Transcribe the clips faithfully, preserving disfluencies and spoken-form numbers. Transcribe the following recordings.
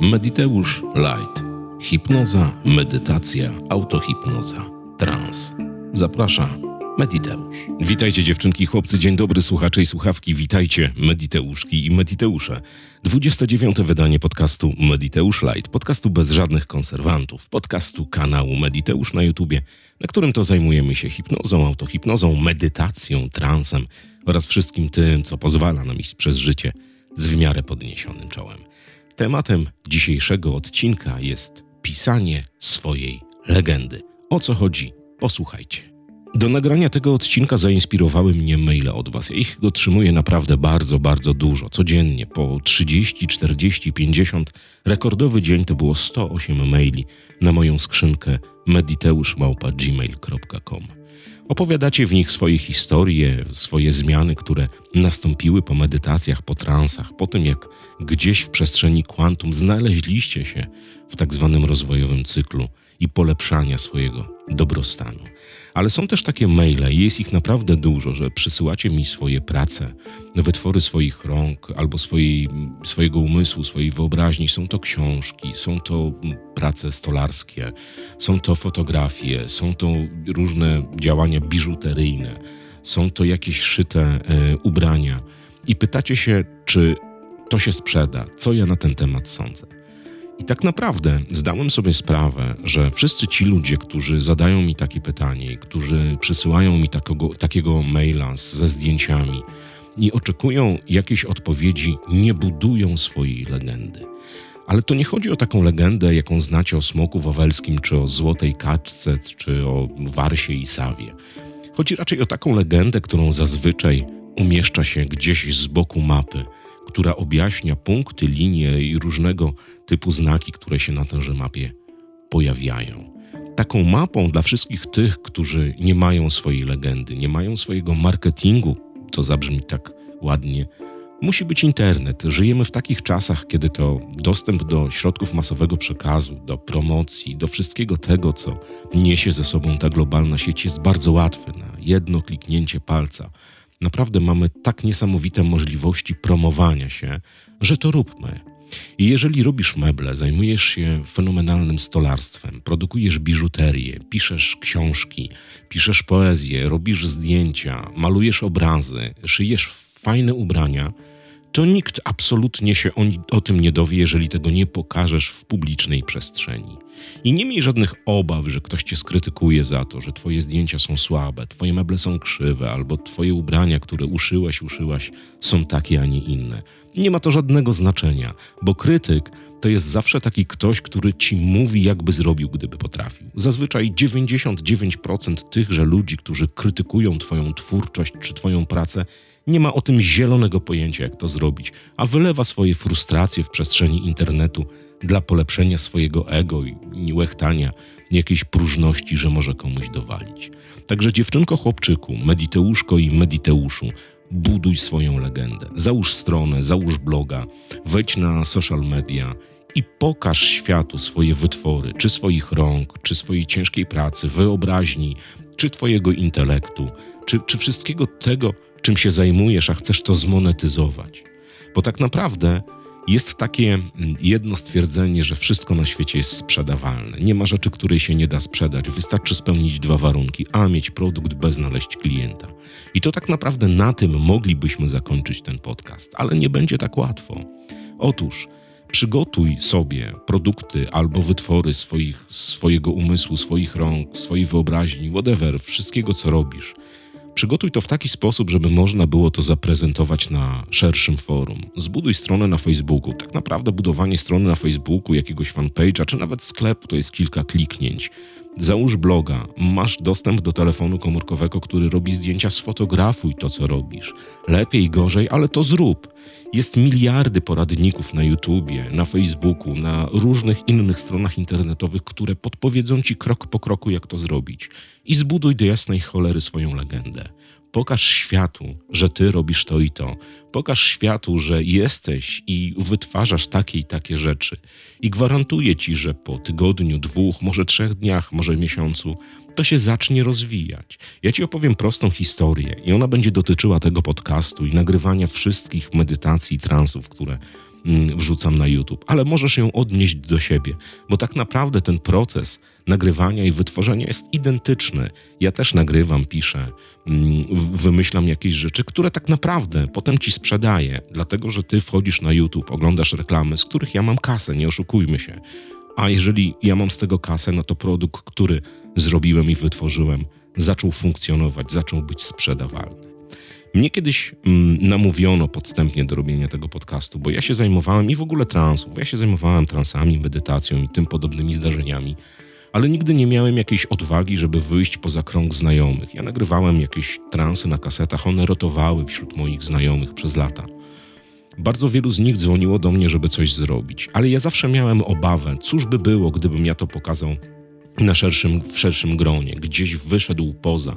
Mediteusz Light. Hipnoza, medytacja, autohipnoza, trans. Zaprasza Mediteusz. Witajcie dziewczynki i chłopcy, dzień dobry słuchacze i słuchawki, witajcie Mediteuszki i Mediteusze. dwudzieste dziewiąte wydanie podcastu Mediteusz Light, podcastu bez żadnych konserwantów, podcastu kanału Mediteusz na YouTubie, na którym to zajmujemy się hipnozą, autohipnozą, medytacją, transem oraz wszystkim tym, co pozwala nam iść przez życie z w miarę podniesionym czołem. Tematem dzisiejszego odcinka jest pisanie swojej legendy. O co chodzi? Posłuchajcie. Do nagrania tego odcinka zainspirowały mnie maile od Was. Ja ich otrzymuję naprawdę bardzo, bardzo dużo. Codziennie po trzydzieści, czterdzieści, pięćdziesiąt. Rekordowy dzień to było sto osiem maili na moją skrzynkę mediteusz małpa gmail kropka com. Opowiadacie w nich swoje historie, swoje zmiany, które nastąpiły po medytacjach, po transach, po tym jak gdzieś w przestrzeni kwantum znaleźliście się w tak zwanym rozwojowym cyklu i polepszania swojego dobrostanu. Ale są też takie maile i jest ich naprawdę dużo, że przysyłacie mi swoje prace, wytwory swoich rąk albo swojej, swojego umysłu, swojej wyobraźni. Są to książki, są to prace stolarskie, są to fotografie, są to różne działania biżuteryjne, są to jakieś szyte e, ubrania. I pytacie się, czy to się sprzeda, co ja na ten temat sądzę. I tak naprawdę zdałem sobie sprawę, że wszyscy ci ludzie, którzy zadają mi takie pytanie, którzy przysyłają mi takiego, takiego maila ze zdjęciami i oczekują jakiejś odpowiedzi, nie budują swojej legendy. Ale to nie chodzi o taką legendę, jaką znacie o smoku wawelskim, czy o złotej kaczce, czy o Warsie i Sawie. Chodzi raczej o taką legendę, którą zazwyczaj umieszcza się gdzieś z boku mapy, która objaśnia punkty, linie i różnego typu znaki, które się na tejże mapie pojawiają. Taką mapą dla wszystkich tych, którzy nie mają swojej legendy, nie mają swojego marketingu, to zabrzmi tak ładnie, musi być internet. Żyjemy w takich czasach, kiedy to dostęp do środków masowego przekazu, do promocji, do wszystkiego tego, co niesie ze sobą ta globalna sieć, jest bardzo łatwy. Na jedno kliknięcie palca naprawdę mamy tak niesamowite możliwości promowania się, że to róbmy. I jeżeli robisz meble, zajmujesz się fenomenalnym stolarstwem, produkujesz biżuterię, piszesz książki, piszesz poezję, robisz zdjęcia, malujesz obrazy, szyjesz fajne ubrania, to nikt absolutnie się o, o tym nie dowie, jeżeli tego nie pokażesz w publicznej przestrzeni. I nie miej żadnych obaw, że ktoś cię skrytykuje za to, że twoje zdjęcia są słabe, twoje meble są krzywe, albo twoje ubrania, które uszyłeś, uszyłaś, są takie, a nie inne. Nie ma to żadnego znaczenia, bo krytyk to jest zawsze taki ktoś, który ci mówi, jakby zrobił, gdyby potrafił. Zazwyczaj dziewięćdziesiąt dziewięć procent tychże ludzi, którzy krytykują twoją twórczość czy twoją pracę, nie ma o tym zielonego pojęcia, jak to zrobić, a wylewa swoje frustracje w przestrzeni internetu dla polepszenia swojego ego i niełechtania jakiejś próżności, że może komuś dowalić. Także dziewczynko, chłopczyku, mediteuszko i mediteuszu, buduj swoją legendę. Załóż stronę, załóż bloga, wejdź na social media i pokaż światu swoje wytwory, czy swoich rąk, czy swojej ciężkiej pracy, wyobraźni, czy twojego intelektu, czy, czy wszystkiego tego, czym się zajmujesz, a chcesz to zmonetyzować. Bo tak naprawdę jest takie jedno stwierdzenie, że wszystko na świecie jest sprzedawalne. Nie ma rzeczy, której się nie da sprzedać. Wystarczy spełnić dwa warunki. A, mieć produkt, B, znaleźć klienta. I to tak naprawdę na tym moglibyśmy zakończyć ten podcast, ale nie będzie tak łatwo. Otóż przygotuj sobie produkty albo wytwory swoich, swojego umysłu, swoich rąk, swojej wyobraźni, whatever, wszystkiego, co robisz. Przygotuj to w taki sposób, żeby można było to zaprezentować na szerszym forum. Zbuduj stronę na Facebooku. Tak naprawdę budowanie strony na Facebooku, jakiegoś fanpage'a, czy nawet sklepu to jest kilka kliknięć. Załóż bloga. Masz dostęp do telefonu komórkowego, który robi zdjęcia, sfotografuj to, co robisz. Lepiej, gorzej, ale to zrób. Jest miliardy poradników na YouTubie, na Facebooku, na różnych innych stronach internetowych, które podpowiedzą ci krok po kroku, jak to zrobić. I zbuduj do jasnej cholery swoją legendę. Pokaż światu, że ty robisz to i to. Pokaż światu, że jesteś i wytwarzasz takie i takie rzeczy. I gwarantuję ci, że po tygodniu, dwóch, może trzech dniach, może miesiącu to się zacznie rozwijać. Ja ci opowiem prostą historię i ona będzie dotyczyła tego podcastu i nagrywania wszystkich medytacji i transów, które mm, wrzucam na YouTube, ale możesz ją odnieść do siebie, bo tak naprawdę ten proces nagrywania i wytworzenia jest identyczny. Ja też nagrywam, piszę, mm, wymyślam jakieś rzeczy, które tak naprawdę potem ci sprzedaję, dlatego że ty wchodzisz na YouTube, oglądasz reklamy, z których ja mam kasę, nie oszukujmy się. A jeżeli ja mam z tego kasę, no to produkt, który zrobiłem i wytworzyłem, zaczął funkcjonować, zaczął być sprzedawalny. Mnie kiedyś mm, namówiono podstępnie do robienia tego podcastu, bo ja się zajmowałem i w ogóle transów, ja się zajmowałem transami, medytacją i tym podobnymi zdarzeniami, ale nigdy nie miałem jakiejś odwagi, żeby wyjść poza krąg znajomych. Ja nagrywałem jakieś transy na kasetach, one rotowały wśród moich znajomych przez lata. Bardzo wielu z nich dzwoniło do mnie, żeby coś zrobić, ale ja zawsze miałem obawę, cóż by było, gdybym ja to pokazał na szerszym, w szerszym gronie, gdzieś wyszedł poza.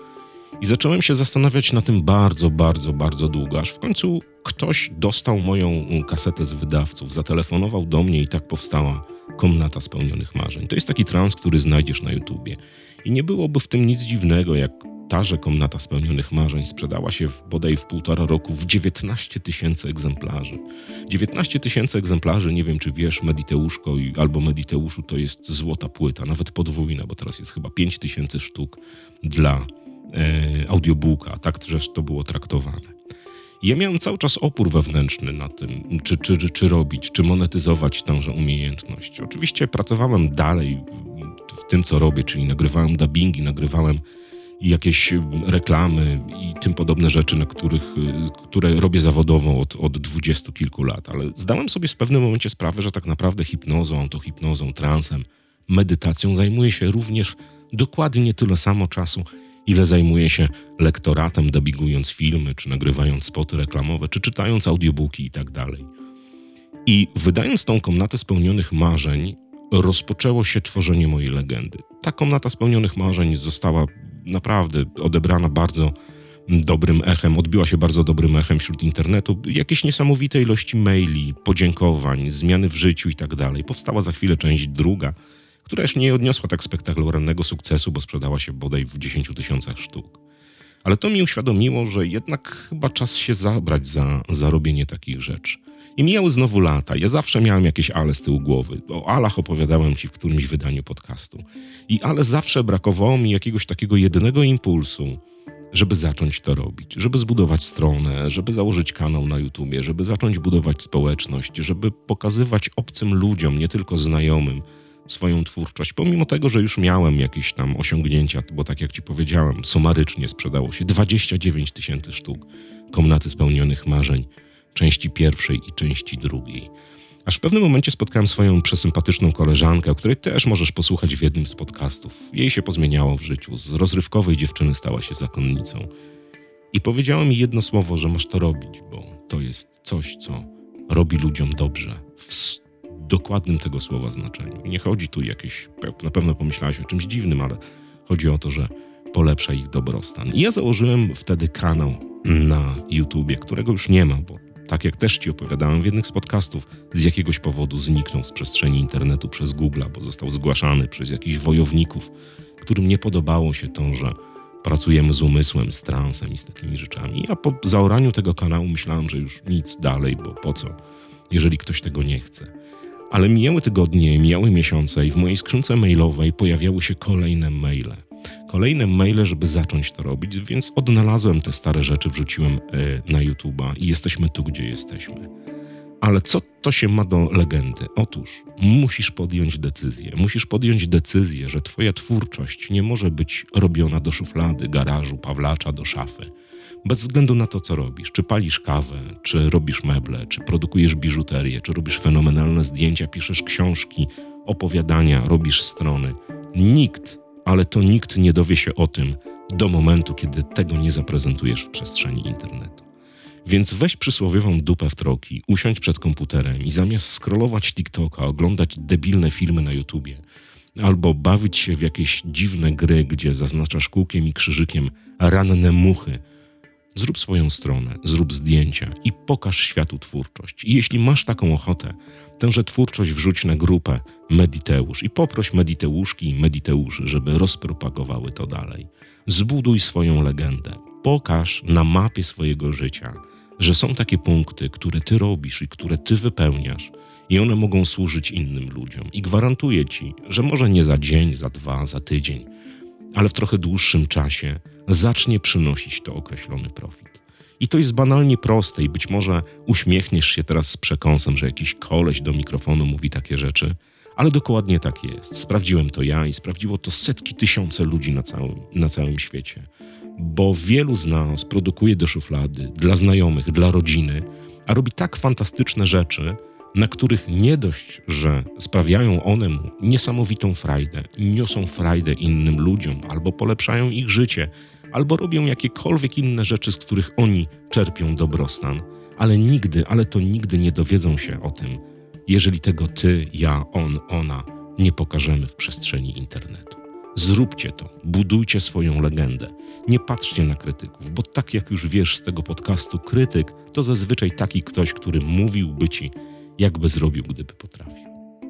I zacząłem się zastanawiać na tym bardzo, bardzo, bardzo długo, aż w końcu ktoś dostał moją kasetę z wydawców, zatelefonował do mnie i tak powstała Komnata Spełnionych Marzeń. To jest taki trans, który znajdziesz na YouTubie. I nie byłoby w tym nic dziwnego, jak ta, że Komnata Spełnionych Marzeń sprzedała się w, bodaj w półtora roku w dziewiętnaście tysięcy egzemplarzy. dziewiętnaście tysięcy egzemplarzy, nie wiem czy wiesz, Mediteuszko i, albo Mediteuszu, to jest złota płyta, nawet podwójna, bo teraz jest chyba pięć tysięcy sztuk dla e, audiobooka, tak też to było traktowane. I ja miałem cały czas opór wewnętrzny na tym, czy, czy, czy, czy robić, czy monetyzować tęże umiejętność. Oczywiście pracowałem dalej w, w tym, co robię, czyli nagrywałem dubbingi, nagrywałem jakieś reklamy i tym podobne rzeczy, na których, które robię zawodowo od, od dwudziestu kilku lat. Ale zdałem sobie w pewnym momencie sprawę, że tak naprawdę hipnozą, autohipnozą, transem, medytacją zajmuję się również dokładnie tyle samo czasu, ile zajmuję się lektoratem, dubbingując filmy, czy nagrywając spoty reklamowe, czy czytając audiobooki i tak dalej. I wydając tą Komnatę Spełnionych Marzeń, rozpoczęło się tworzenie mojej legendy. Ta Komnata Spełnionych Marzeń została naprawdę odebrana bardzo dobrym echem, odbiła się bardzo dobrym echem wśród internetu. Jakieś niesamowite ilości maili, podziękowań, zmiany w życiu i tak dalej. Powstała za chwilę część druga, która już nie odniosła tak spektakularnego sukcesu, bo sprzedała się bodaj w dziesięciu tysiącach sztuk. Ale to mi uświadomiło, że jednak chyba czas się zabrać za, za robienie takich rzeczy. I mijały znowu lata. Ja zawsze miałem jakieś ale z tyłu głowy. O alach opowiadałem ci w którymś wydaniu podcastu. I ale zawsze brakowało mi jakiegoś takiego jedynego impulsu, żeby zacząć to robić. Żeby zbudować stronę, żeby założyć kanał na YouTubie, żeby zacząć budować społeczność, żeby pokazywać obcym ludziom, nie tylko znajomym, swoją twórczość. Pomimo tego, że już miałem jakieś tam osiągnięcia, bo tak jak ci powiedziałem, sumarycznie sprzedało się dwadzieścia dziewięć tysięcy sztuk Komnaty Spełnionych Marzeń, części pierwszej i części drugiej. Aż w pewnym momencie spotkałem swoją przesympatyczną koleżankę, o której też możesz posłuchać w jednym z podcastów. Jej się pozmieniało w życiu. Z rozrywkowej dziewczyny stała się zakonnicą. I powiedziała mi jedno słowo, że masz to robić, bo to jest coś, co robi ludziom dobrze. W dokładnym tego słowa znaczeniu. I nie chodzi tu jakieś, na pewno pomyślałaś o czymś dziwnym, ale chodzi o to, że polepsza ich dobrostan. I ja założyłem wtedy kanał na YouTubie, którego już nie ma, bo tak jak też ci opowiadałem w jednym z podcastów, z jakiegoś powodu zniknął z przestrzeni internetu przez Google'a, bo został zgłaszany przez jakichś wojowników, którym nie podobało się to, że pracujemy z umysłem, z transem i z takimi rzeczami. Ja po zaoraniu tego kanału myślałem, że już nic dalej, bo po co, jeżeli ktoś tego nie chce. Ale mijały tygodnie, mijały miesiące i w mojej skrzynce mailowej pojawiały się kolejne maile. Kolejne maile, żeby zacząć to robić, więc odnalazłem te stare rzeczy, wrzuciłem y, na YouTube'a i jesteśmy tu, gdzie jesteśmy. Ale co to się ma do legendy? Otóż musisz podjąć decyzję. Musisz podjąć decyzję, że twoja twórczość nie może być robiona do szuflady, garażu, pawlacza, do szafy. Bez względu na to, co robisz. Czy palisz kawę, czy robisz meble, czy produkujesz biżuterię, czy robisz fenomenalne zdjęcia, piszesz książki, opowiadania, robisz strony. Nikt, ale to nikt nie dowie się o tym do momentu, kiedy tego nie zaprezentujesz w przestrzeni internetu. Więc weź przysłowiową dupę w troki, usiądź przed komputerem i zamiast scrollować TikToka, oglądać debilne filmy na YouTubie, albo bawić się w jakieś dziwne gry, gdzie zaznaczasz kółkiem i krzyżykiem ranne muchy, zrób swoją stronę, zrób zdjęcia i pokaż światu twórczość. I jeśli masz taką ochotę, tęże twórczość wrzuć na grupę Mediteusz i poproś Mediteuszki i Mediteuszy, żeby rozpropagowały to dalej. Zbuduj swoją legendę. Pokaż na mapie swojego życia że są takie punkty, które ty robisz i które ty wypełniasz i one mogą służyć innym ludziom. I gwarantuję ci, że może nie za dzień, za dwa, za tydzień, ale w trochę dłuższym czasie zacznie przynosić to określony profit. I to jest banalnie proste i być może uśmiechniesz się teraz z przekąsem, że jakiś koleś do mikrofonu mówi takie rzeczy, ale dokładnie tak jest. Sprawdziłem to ja i sprawdziło to setki, tysiące ludzi na całym, na całym świecie. Bo wielu z nas produkuje do szuflady, dla znajomych, dla rodziny, a robi tak fantastyczne rzeczy, na których nie dość, że sprawiają one mu niesamowitą frajdę, niosą frajdę innym ludziom, albo polepszają ich życie, albo robią jakiekolwiek inne rzeczy, z których oni czerpią dobrostan, ale nigdy, ale to nigdy nie dowiedzą się o tym, jeżeli tego ty, ja, on, ona nie pokażemy w przestrzeni internetu. Zróbcie to, budujcie swoją legendę. Nie patrzcie na krytyków, bo tak jak już wiesz z tego podcastu, krytyk to zazwyczaj taki ktoś, który mówiłby ci, jakby zrobił, gdyby potrafił.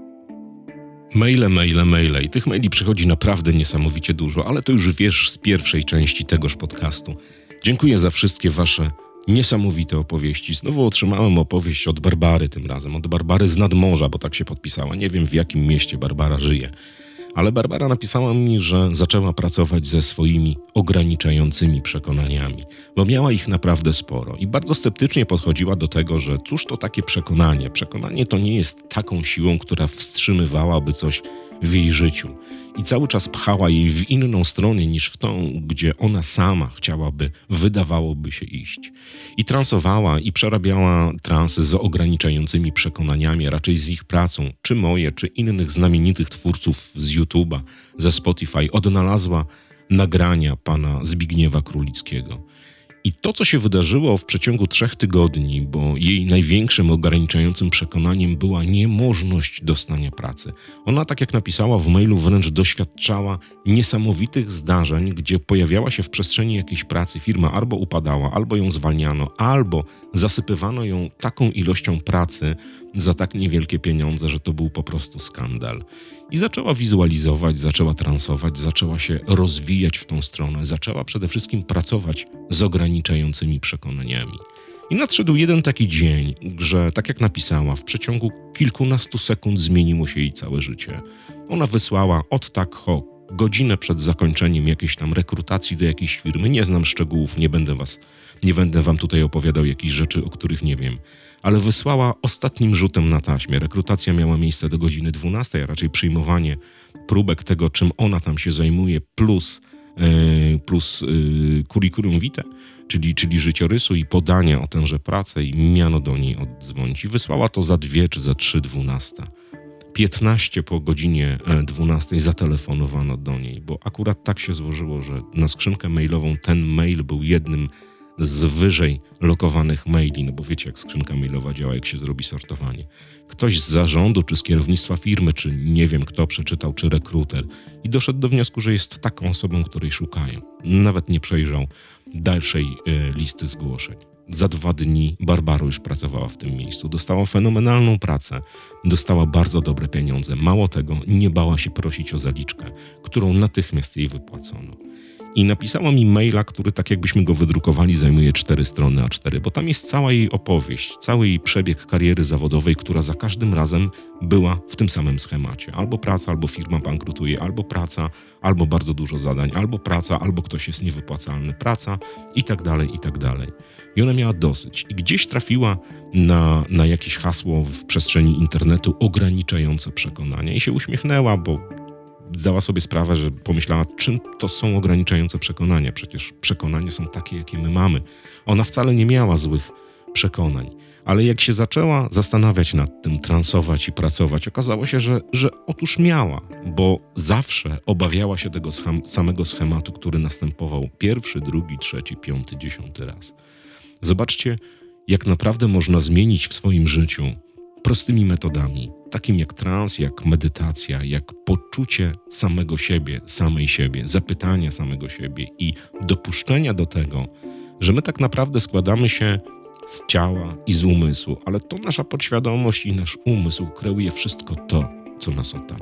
Maile, maile, maile i tych maili przychodzi naprawdę niesamowicie dużo, ale to już wiesz z pierwszej części tegoż podcastu. Dziękuję za wszystkie wasze niesamowite opowieści. Znowu otrzymałem opowieść od Barbary tym razem, od Barbary z nadmorza, bo tak się podpisała. Nie wiem, w jakim mieście Barbara żyje, ale Barbara napisała mi, że zaczęła pracować ze swoimi ograniczającymi przekonaniami, bo miała ich naprawdę sporo i bardzo sceptycznie podchodziła do tego, że cóż to takie przekonanie. Przekonanie to nie jest taką siłą, która wstrzymywałaby coś w jej życiu i cały czas pchała jej w inną stronę niż w tą, gdzie ona sama chciałaby, wydawałoby się iść. I transowała i przerabiała transy z ograniczającymi przekonaniami, raczej z ich pracą, czy moje, czy innych znamienitych twórców z YouTube'a, ze Spotify. Odnalazła nagrania pana Zbigniewa Królickiego. I to, co się wydarzyło w przeciągu trzech tygodni, bo jej największym ograniczającym przekonaniem była niemożność dostania pracy. Ona, tak jak napisała w mailu, wręcz doświadczała niesamowitych zdarzeń, gdzie pojawiała się w przestrzeni jakiejś pracy, firma albo upadała, albo ją zwalniano, albo zasypywano ją taką ilością pracy za tak niewielkie pieniądze, że to był po prostu skandal. I zaczęła wizualizować, zaczęła transować, zaczęła się rozwijać w tą stronę, zaczęła przede wszystkim pracować z ograniczającymi przekonaniami. I nadszedł jeden taki dzień, że tak jak napisała, w przeciągu kilkunastu sekund zmieniło się jej całe życie. Ona wysłała od tak ho, godzinę przed zakończeniem jakiejś tam rekrutacji do jakiejś firmy, nie znam szczegółów, nie będę was, nie będę wam tutaj opowiadał jakichś rzeczy, o których nie wiem, ale wysłała ostatnim rzutem na taśmie. Rekrutacja miała miejsce do godziny dwunastej, a raczej przyjmowanie próbek tego, czym ona tam się zajmuje, plus, yy, plus yy, curriculum vitae, czyli, czyli życiorysu i podania o tęże pracę i miano do niej oddzwonić. I wysłała to za dwie czy za trzy dwunasta. piętnaście po godzinie dwunastej zatelefonowano do niej, bo akurat tak się złożyło, że na skrzynkę mailową ten mail był jednym z wyżej lokowanych maili, no bo wiecie, jak skrzynka mailowa działa, jak się zrobi sortowanie. Ktoś z zarządu, czy z kierownictwa firmy, czy nie wiem kto przeczytał, czy rekruter i doszedł do wniosku, że jest taką osobą, której szukają. Nawet nie przejrzał dalszej y, listy zgłoszeń. Za dwa dni Barbara już pracowała w tym miejscu. Dostała fenomenalną pracę, dostała bardzo dobre pieniądze. Mało tego, nie bała się prosić o zaliczkę, którą natychmiast jej wypłacono. I napisała mi maila, który tak jakbyśmy go wydrukowali, zajmuje cztery strony A cztery, bo tam jest cała jej opowieść, cały jej przebieg kariery zawodowej, która za każdym razem była w tym samym schemacie. Albo praca, albo firma bankrutuje, albo praca, albo bardzo dużo zadań, albo praca, albo ktoś jest niewypłacalny, praca i tak dalej, i tak dalej. I ona miała dosyć. I gdzieś trafiła na, na jakieś hasło w przestrzeni internetu ograniczające przekonania i się uśmiechnęła, bo zdała sobie sprawę, że pomyślała, czym to są ograniczające przekonania. Przecież przekonania są takie, jakie my mamy. Ona wcale nie miała złych przekonań. Ale jak się zaczęła zastanawiać nad tym, transować i pracować, okazało się, że, że otóż miała, bo zawsze obawiała się tego scham, samego schematu, który następował pierwszy, drugi, trzeci, piąty, dziesiąty raz. Zobaczcie, jak naprawdę można zmienić w swoim życiu prostymi metodami, takim jak trans, jak medytacja, jak poczucie samego siebie, samej siebie, zapytania samego siebie i dopuszczenia do tego, że my tak naprawdę składamy się z ciała i z umysłu, ale to nasza podświadomość i nasz umysł kreuje wszystko to, co nas otacza.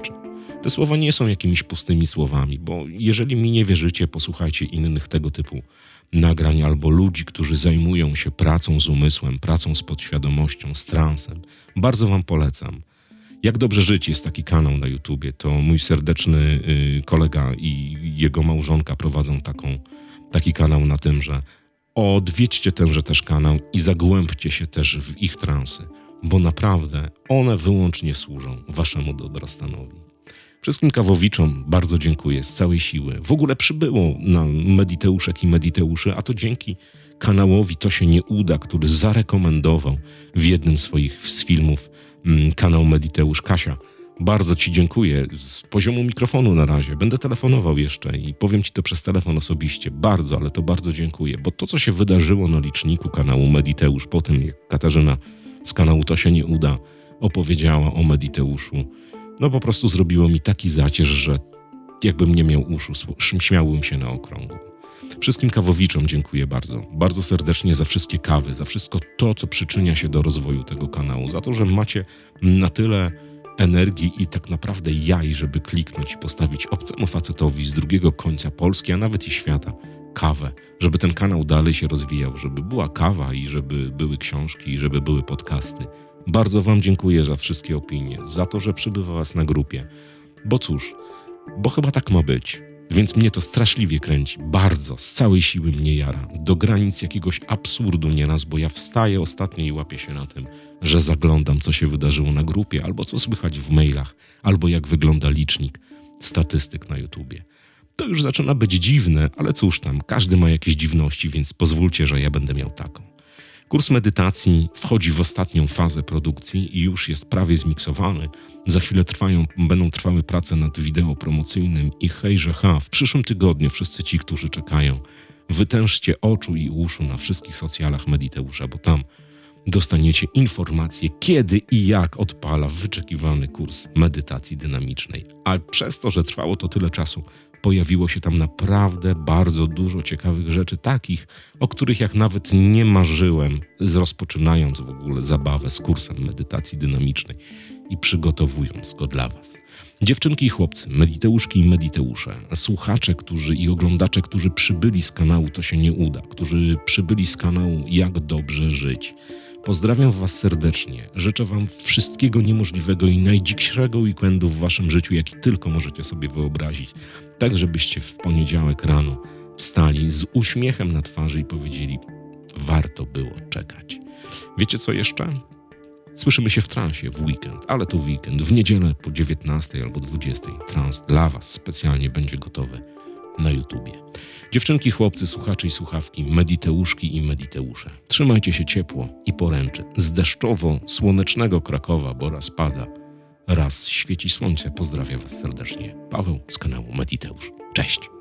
Te słowa nie są jakimiś pustymi słowami, bo jeżeli mi nie wierzycie, posłuchajcie innych tego typu nagrań albo ludzi, którzy zajmują się pracą z umysłem, pracą z podświadomością, z transem. Bardzo wam polecam. Jak dobrze żyć jest taki kanał na YouTubie, to mój serdeczny y, kolega i jego małżonka prowadzą taką, taki kanał na tym, że odwiedźcie tenże też kanał i zagłębcie się też w ich transy, bo naprawdę one wyłącznie służą waszemu dobrostanowi. Wszystkim kawowiczom bardzo dziękuję z całej siły. W ogóle przybyło na Mediteuszek i Mediteuszy, a to dzięki kanałowi To się nie uda, który zarekomendował w jednym swoich z filmów mm, kanał Mediteusz. Kasia, bardzo ci dziękuję. Z poziomu mikrofonu na razie. Będę telefonował jeszcze i powiem ci to przez telefon osobiście. Bardzo, ale to bardzo dziękuję, bo to, co się wydarzyło na liczniku kanału Mediteusz po tym, jak Katarzyna z kanału To się nie uda opowiedziała o Mediteuszu, no po prostu zrobiło mi taki zacierz, że jakbym nie miał uszu, śmiałbym się na okrągło. Wszystkim kawowiczom dziękuję bardzo, bardzo serdecznie za wszystkie kawy, za wszystko to, co przyczynia się do rozwoju tego kanału, za to, że macie na tyle energii i tak naprawdę jaj, żeby kliknąć i postawić obcemu facetowi z drugiego końca Polski, a nawet i świata, kawę, żeby ten kanał dalej się rozwijał, żeby była kawa i żeby były książki i żeby były podcasty. Bardzo wam dziękuję za wszystkie opinie, za to, że przybywa was na grupie. Bo cóż, bo chyba tak ma być. Więc mnie to straszliwie kręci, bardzo, z całej siły mnie jara, do granic jakiegoś absurdu nieraz, bo ja wstaję ostatnio i łapię się na tym, że zaglądam, co się wydarzyło na grupie, albo co słychać w mailach, albo jak wygląda licznik statystyk na YouTubie. To już zaczyna być dziwne, ale cóż tam, każdy ma jakieś dziwności, więc pozwólcie, że ja będę miał taką. Kurs medytacji wchodzi w ostatnią fazę produkcji i już jest prawie zmiksowany. Za chwilę trwają, będą trwały prace nad wideo promocyjnym i hejże ha, w przyszłym tygodniu wszyscy ci, którzy czekają, wytężcie oczu i uszu na wszystkich socjalach Mediteusza, bo tam dostaniecie informacje, kiedy i jak odpala wyczekiwany kurs medytacji dynamicznej. A przez to, że trwało to tyle czasu, pojawiło się tam naprawdę bardzo dużo ciekawych rzeczy, takich, o których jak nawet nie marzyłem, rozpoczynając w ogóle zabawę z kursem medytacji dynamicznej i przygotowując go dla was. Dziewczynki i chłopcy, Mediteuszki i Mediteusze, słuchacze którzy i oglądacze, którzy przybyli z kanału To się nie uda, którzy przybyli z kanału Jak dobrze żyć. Pozdrawiam was serdecznie, życzę wam wszystkiego niemożliwego i najdzikszego weekendu w waszym życiu, jaki tylko możecie sobie wyobrazić, tak żebyście w poniedziałek rano wstali z uśmiechem na twarzy i powiedzieli, warto było czekać. Wiecie co jeszcze? Słyszymy się w transie w weekend, ale to weekend, w niedzielę po dziewiętnastej albo dwudziestej trans dla was specjalnie będzie gotowy na YouTubie. Dziewczynki, chłopcy, słuchacze i słuchawki, Mediteuszki i Mediteusze. Trzymajcie się ciepło i poręczy. Z deszczowo-słonecznego Krakowa, bo raz pada, raz świeci słońce. Pozdrawiam was serdecznie. Paweł z kanału Mediteusz. Cześć!